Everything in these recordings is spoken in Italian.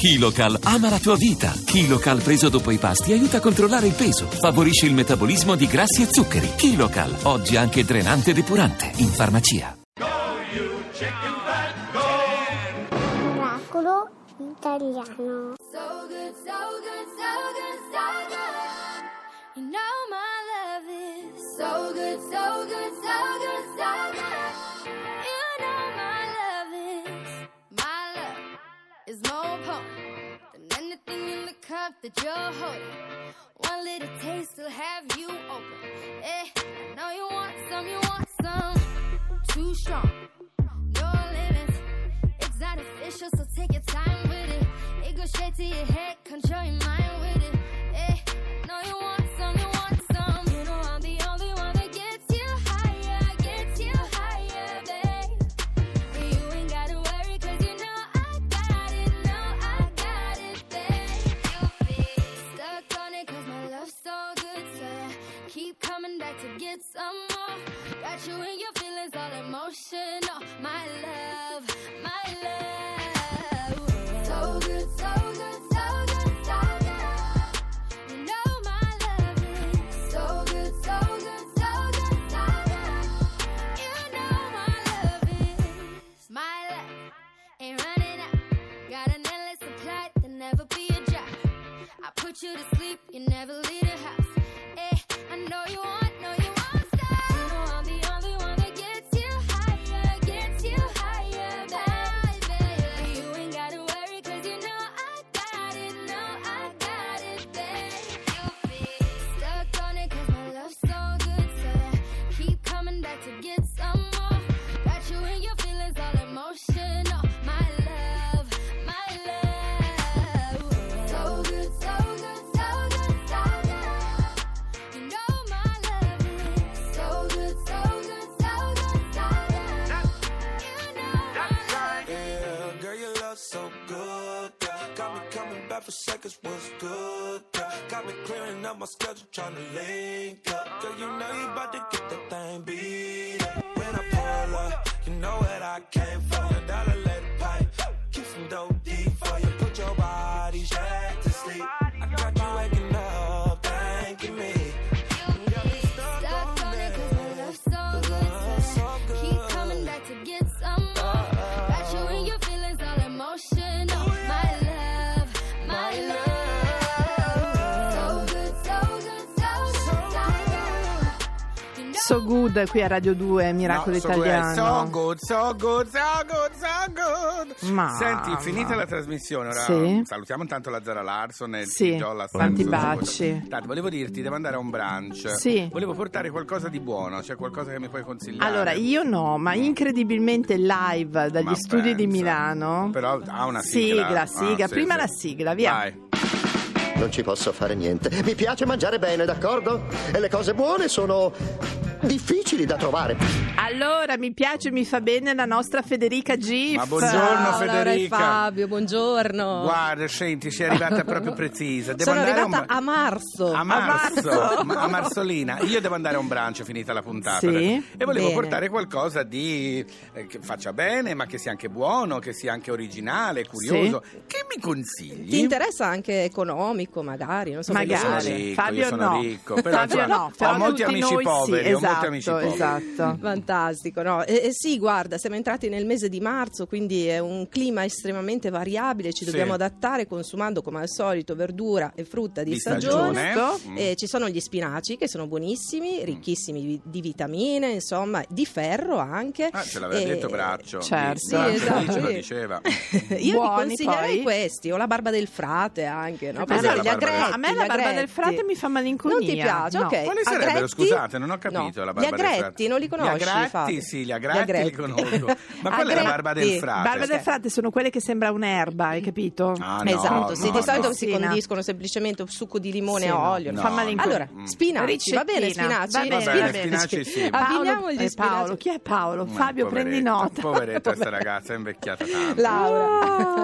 KiloCal ama la tua vita. KiloCal preso dopo i pasti aiuta a controllare il peso, favorisce il metabolismo di grassi e zuccheri. KiloCal, oggi anche drenante e depurante, in farmacia. Oracolo italiano. So good, so good, so good, so good. You know my love is so good, so good, so good, so good. You know my love is more potent than anything in the cup that you're holding. One little taste will have you open. Eh, I know you want some. Too strong, no limits. It's not official, so take your time with it. It goes straight to your head, control your mind with it. Eh, I know you want some. You know I'm the only one that gets you higher, babe. You ain't gotta worry, 'cause you know I got it, babe. Stuck on it 'cause my love's so good, so I keep coming back to get some more. Got you in your feelings, all emotional. My love, my love. So good, so good, so good, so good. You know my love is so good, so good, so good, so good. You know my love is my love. Ain't running out. Got an endless supply, there'll never be a drop. I put you to sleep, you never leave the house. Eh, I know you want some. You know I'm the only one that gets you higher, baby. You ain't gotta worry, 'cause you know I got it, babe. Stuck on it 'cause my love's so good, so I keep coming back to get some more. Got you in your feelings, all emotional. My love, my love. So good, so good, so good, so good. You know my love is so good, so good, so good, so good. You know my love. Yeah, girl, your love so good. Got me coming back for seconds, what's good? Got me clearing up my schedule, trying to link up. Girl, you know you about to get that thing beat up. When I pull up, you know what I came for. Your dollar let it pipe, keep some dope deep for you. Put your body back to sleep. I got you waking up, thanking me. Stuck on it 'cause my love's so good, so I keep coming back to get some more. Got you in your feelings, all emotional. My love, my love. So good, so good, so good, so good. You know So Good qui a Radio 2, Miracolo Italiano. So good, so good, so good, so good. Ma Senti, finita la trasmissione, ora Sì. salutiamo intanto la Zara Larson e Sì, Giolla tanti Stanzo. baci. Tanto, volevo dirti, devo andare a un brunch. Sì. Volevo portare qualcosa di buono, c'è qualcosa che mi puoi consigliare? Allora, io no, ma incredibilmente live dagli Ma studi di pensa. Milano. Però ha una sigla. Sigla. Ah, sì, Prima sì. la sigla, via. Vai. Non ci posso fare niente. Mi piace mangiare bene, d'accordo? E le cose buone sono difficili da trovare. Allora, mi piace, mi fa bene la nostra Federica Gif. Ma buongiorno, Ciao, Laura e Federica. Fabio, buongiorno. Guarda, senti, sei arrivata proprio precisa. Devo Sono andare arrivata a a marzo. a Marzolina. Io devo andare a un brunch finita la puntata. Sì. E volevo Bene. portare qualcosa di che faccia bene, ma che sia anche buono, che sia anche originale, curioso. Che mi consigli? Ti interessa anche economico, magari? Non so, Magari. Io sono veloce. ricco, Fabio io sono no. ricco, però Fabio insomma, no, però ho molti tutti amici noi poveri, sì, ho molti amici poveri. esatto. Fantastico, no? Sì, guarda, siamo entrati nel mese di marzo, quindi è un clima estremamente variabile, ci Sì. dobbiamo adattare consumando come al solito verdura e frutta di Di stagione. stagione. Ci sono gli spinaci che sono buonissimi, ricchissimi di vitamine, insomma, di ferro anche. Ah, ce l'aveva detto Braccio. certo. Sì, Braccio esatto, ce lo sì. diceva. Io Buoni, ti consiglierei poi? questi, o la barba del frate anche, no? Che cos'è la Gli barba del- agretti, A me gli la barba del agretti. frate mi fa malinconia. Non ti piace? No. Ok. Quali sarebbero? Agretti? Scusate, non ho capito No. la barba Gli del frate. agretti, non li conosci, Gli agretti, Fabio? sì, gli agretti li conosco. Ma qual è la Agretti. barba del frate? Barba del frate sono quelle che sembra un'erba, hai capito? Ah, no, Esatto, sì, no, di solito no. si condiscono semplicemente succo di limone Sì, e no, olio. no. Fa malinconia. Allora, spinaci, va bene Ricettina. spinaci? Va bene, Va bene, va bene. spinaci sì. Abbiniamo gli spinaci. Paolo, chi è Paolo? Ma Fabio, prendi poveretta, nota. Poveretta, questa ragazza è invecchiata tanto. Laura. Oh.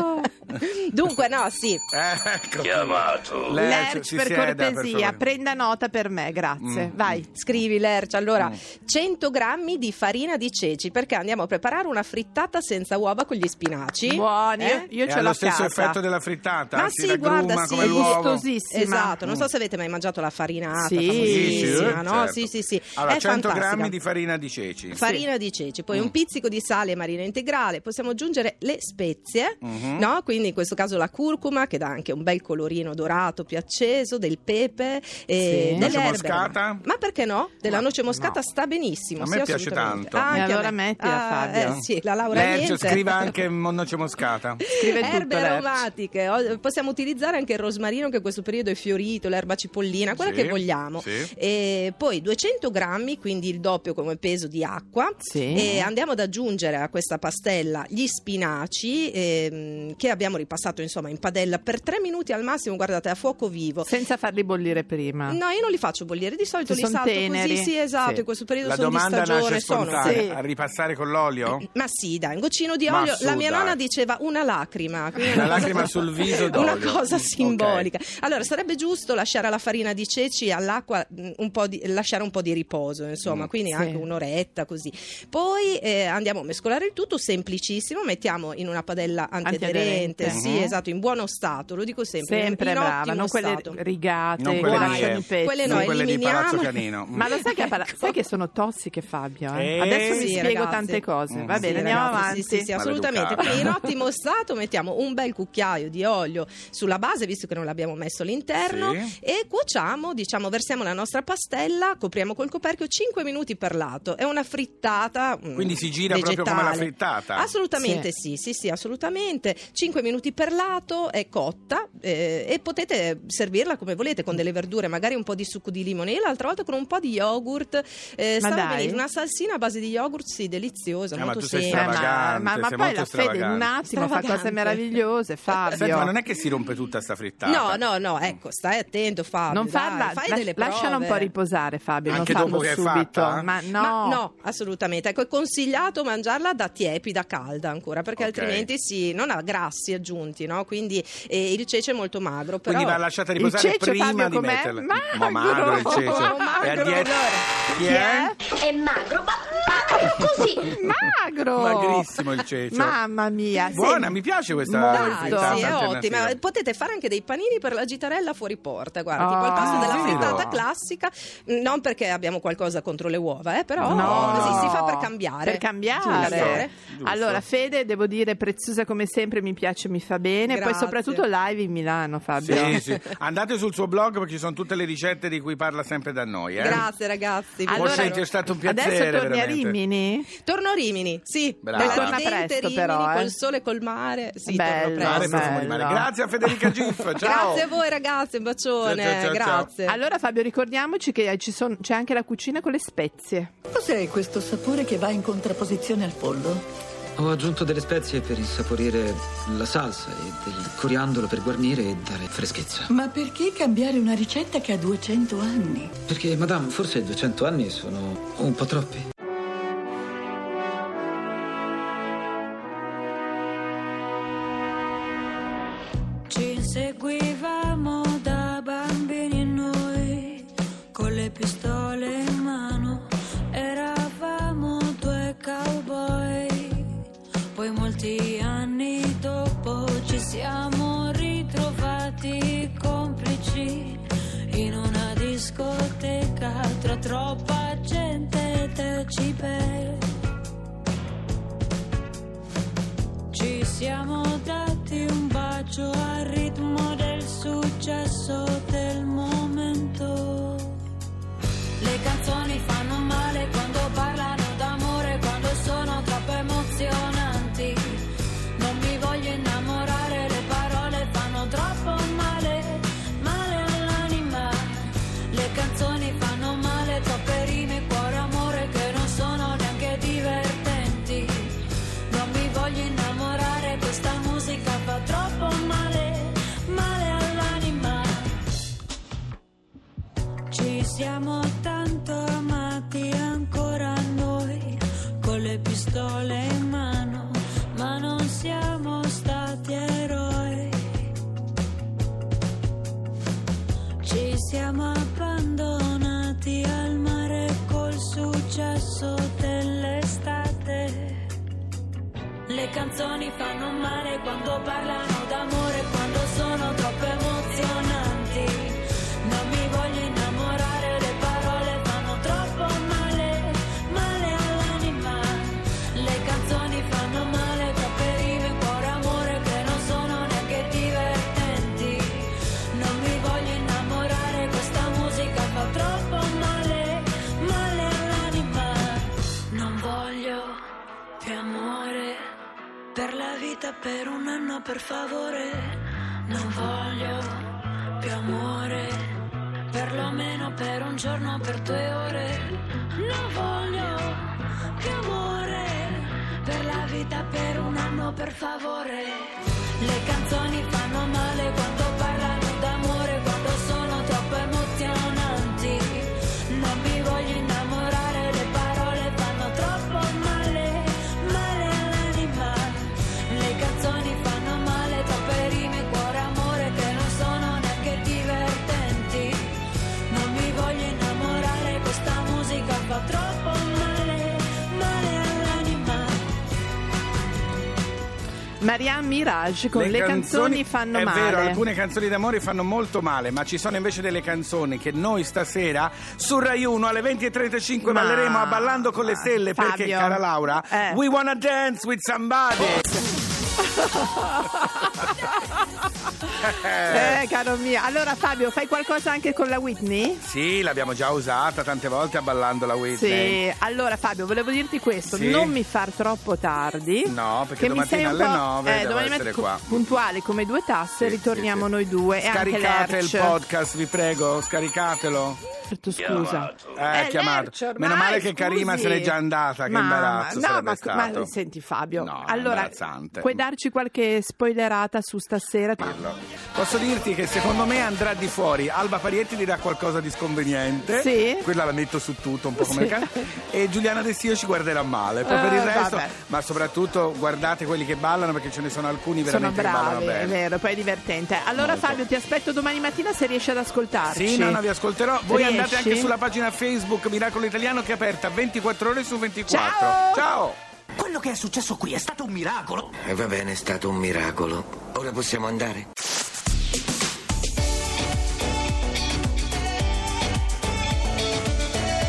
Dunque, no, sì. Ecco. Chiamato. Lerch, si per sieda, cortesia, favore. prenda nota per me, grazie. Vai. Scrivi, Lerch. Allora, 100 grammi di farina di ceci, perché andiamo a preparare una frittata senza uova con gli spinaci. Buoni, io E ce ha l'ho lo a stesso casa. effetto della frittata? Ma si sì, raggruma guarda, sì, come è l'uovo? gustosissima. Esatto, non so se avete mai mangiato la farinata, Sì, famosissima, no? certo. Sì. Allora, È 100 fantastica. grammi di farina di ceci. Farina di ceci, poi un pizzico di sale e marina integrale, possiamo aggiungere le spezie, no? Quindi in questo caso la curcuma, che dà anche un bel colorino dorato più acceso, del pepe, delle Noce erbe. moscata? Ma perché no? Della noce moscata sta benissimo. A sì, me piace assolutamente. tanto. Anche E a allora me. mettila, Fabio. Sì, la Laura Lerch, niente. scriva anche noce moscata. Scrive tutto, Erbe Lerch. aromatiche, possiamo utilizzare anche il rosmarino che in questo periodo è fiorito, l'erba cipollina, quella Sì, che vogliamo. sì. E poi 200 grammi, quindi il doppio come peso di acqua. Sì. E andiamo ad aggiungere a questa pastella gli spinaci che abbiamo ripassato insomma in padella per 3 minuti al massimo, guardate, a fuoco vivo. Senza farli bollire prima. No, io non li faccio bollire, di solito Che li son salto teneri. così, sì, esatto, Sì. in questo periodo La sono di domanda stagione, nasce sono spontanea. Sì. A ripassare con l'olio? ma sì, dai, un goccino di Ma olio. su, La mia dai. nonna diceva una lacrima. quindi Una una cosa- lacrima sul viso d'olio. Una cosa Ok. simbolica. Allora, sarebbe giusto lasciare alla farina di ceci, all'acqua, lasciare un po' di riposo, insomma, quindi sì. anche un'oretta così. Poi andiamo a mescolare il tutto, semplicissimo, mettiamo in una padella antiaderente, Antiaderente. sì, esatto, in buono stato, lo dico sempre, Sempre in brava, ottimo non quelle stato. rigate, Non che quelle lasciano mie. i pezzi. Quelle Non no, quelle di eliminiamo. Palazzo Canino. Ma lo sai sai che sono tossiche, Fabio? Adesso mi Sì, spiego ragazzi. tante cose. Va bene, Sì, andiamo ragazzi, avanti. Sì, assolutamente. Maleducata. Quindi in ottimo stato mettiamo un bel cucchiaio di olio sulla base, visto che non l'abbiamo messo all'interno, Sì. e cuociamo, versiamo la nostra pastella, copriamo col coperchio 5 minuti per lato. È una frittata Quindi si gira vegetale. proprio come la frittata? Assolutamente sì, assolutamente. 5 minuti per lato, è cotta, e potete servirla come volete, con delle verdure, magari un po' di succo di limone. Io l'altra volta con un po' di yogurt, stava dai. benissimo, una salsina a base di yogurt, sì, deliziosa, Ma molto tu sei semplice. stravagante, ma sei poi molto la Fede in un stravagante. attimo fa cose Stravagante. meravigliose, Fabio. Senti, ma non è che si rompe tutta sta frittata? No, ecco, stai attento, Fabio. Non farla, dai, fai delle prove. lasciala un po' riposare, Fabio. Anche non dopo farlo che è subito. fatta? Ma no. Ma no, assolutamente. Ecco, è consigliato mangiarla da tiepida, calda ancora, perché Ok. altrimenti non ha grassi aggiunti, no? Quindi il cece è molto magro. Però... Quindi va lasciata Il riposare cece, prima Fabio, di com'è? metterla. Magro. Magro il cece. Magro, E a dieta- allora. Chi è? È magro, ma così. Magro. Magrissimo il cece. Mamma mia. Buona, Sì. mi piace questa Molto. Dai, frittata sì, è alternativa. ottima. Potete fare anche dei panini per la gitarella fuori porta, guarda, tipo al Ah, posto della sì, frittata no. classica, non perché abbiamo qualcosa contro le uova, però No, così no. si fa per cambiare. Per cambiare. Giusto. Allora, Fede, devo dire, preziosa come sempre, mi piace, mi fa bene. Poi Grazie. soprattutto live in Milano, Fabio. Sì. Andate sul suo blog perché ci sono tutte le ricette di cui parla sempre da noi. Grazie ragazzi. Allora, Senti, è stato un piacere. adesso torni a veramente. Rimini? Torno a Rimini, sì. Brava. Nella Torna ridente presto, Rimini, però, col sole e col mare. Sì, Bello. torno Mare, presto. profumo di mare. Bello. Grazie a Federica Giff. Ciao. Grazie a voi ragazzi, un bacione. Ciao. Grazie. Allora, Fabio, ricordiamoci che c'è anche la cucina con le spezie. Cos'è questo sapore che va in contrapposizione al pollo? Ho aggiunto delle spezie per insaporire la salsa e del coriandolo per guarnire e dare freschezza. Ma perché cambiare una ricetta che ha 200 anni? Perché, madame, forse 200 anni sono un po' troppi. Ci inseguivamo da bambini noi, con le pistole in mano, eravamo due cowboy. Poi molti anni dopo ci siamo ritrovati complici in una discoteca tra troppa gente e decibel. Ci siamo dati un bacio al ritmo del successo del momento. Le canzoni fanno male quando parlano d'amore, quando sono troppo emozionanti. Non mi voglio innamorare, le parole fanno troppo male, male all'anima. Le canzoni fanno male, troppe rime, cuore, amore che non sono neanche divertenti. Non mi voglio innamorare, questa musica fa troppo male, male all'anima. Ci siamo tanto amati ancora noi, con le pistole in mano, ma non siamo stati eroi. siamo abbandonati al mare col successo dell'estate. Le canzoni fanno male quando parlano d'amore, quando sono troppo emozionanti. Non mi voglio innamorare, le parole fanno troppo male, male all'anima. Le canzoni fanno male, troppe rime, cuore, amore che non sono neanche divertenti. Non mi voglio innamorare, questa musica fa troppo male, male all'anima. Non voglio più amore per la vita, per un anno, per favore. Non voglio più amore, perlomeno per un giorno, per 2 ore. Non voglio più amore per la vita, per un anno, per favore. Le canzoni fanno male quando parlano d'amore, quando sono troppo emozionanti. Non mi voglio innamorare, le parole fanno troppo male, male all'anima. Le canzoni fanno male, troppe rime, cuore, amore che non sono neanche divertenti. Non mi voglio innamorare, questa musica fa troppo male, male all'anima. Marianne Mirage con le canzoni fanno male. È vero, alcune canzoni d'amore fanno molto male, ma ci sono invece delle canzoni che noi stasera su Rai 1 alle 20:35 balleremo a Ballando con le Stelle, Fabio, perché, cara Laura, we wanna dance with somebody. Caro mio. Allora Fabio, fai qualcosa anche con la Whitney? Sì, l'abbiamo già usata tante volte a Ballando la Whitney. Sì, allora Fabio, volevo dirti questo, Sì. non mi far troppo tardi. No, perché che domattina alle 9 devo essere qua. Puntuali come 2 tasse, ritorniamo noi due. Scaricate e anche il podcast, vi prego, scaricatelo. Scusa, Chiamato. Meno male che Karima se n'è già andata, che imbarazzo sarebbe stato. Ma senti Fabio, No, allora imbarazzante. puoi darci qualche spoilerata su stasera? Posso dirti che secondo me andrà di fuori. Alba Parietti dirà qualcosa di sconveniente. Sì. Quella la metto su tutto, un po' come Sì. il cane. E Giuliana Destio ci guarderà male. Poi per il resto, vabbè. ma soprattutto guardate quelli che ballano, perché ce ne sono alcuni Sono veramente che ballano bravi, bene. è vero, poi è divertente. Allora Molto. Fabio, ti aspetto domani mattina se riesci ad ascoltarci. Sì, no, vi ascolterò. Voi Riesci? andate anche sulla pagina Facebook Miracolo Italiano, che è aperta 24 ore su 24. Ciao! Ciao! Quello che è successo qui è stato un miracolo. E va bene, è stato un miracolo. Ora possiamo andare?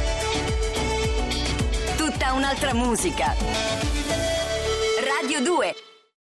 Tutta un'altra musica. Radio 2.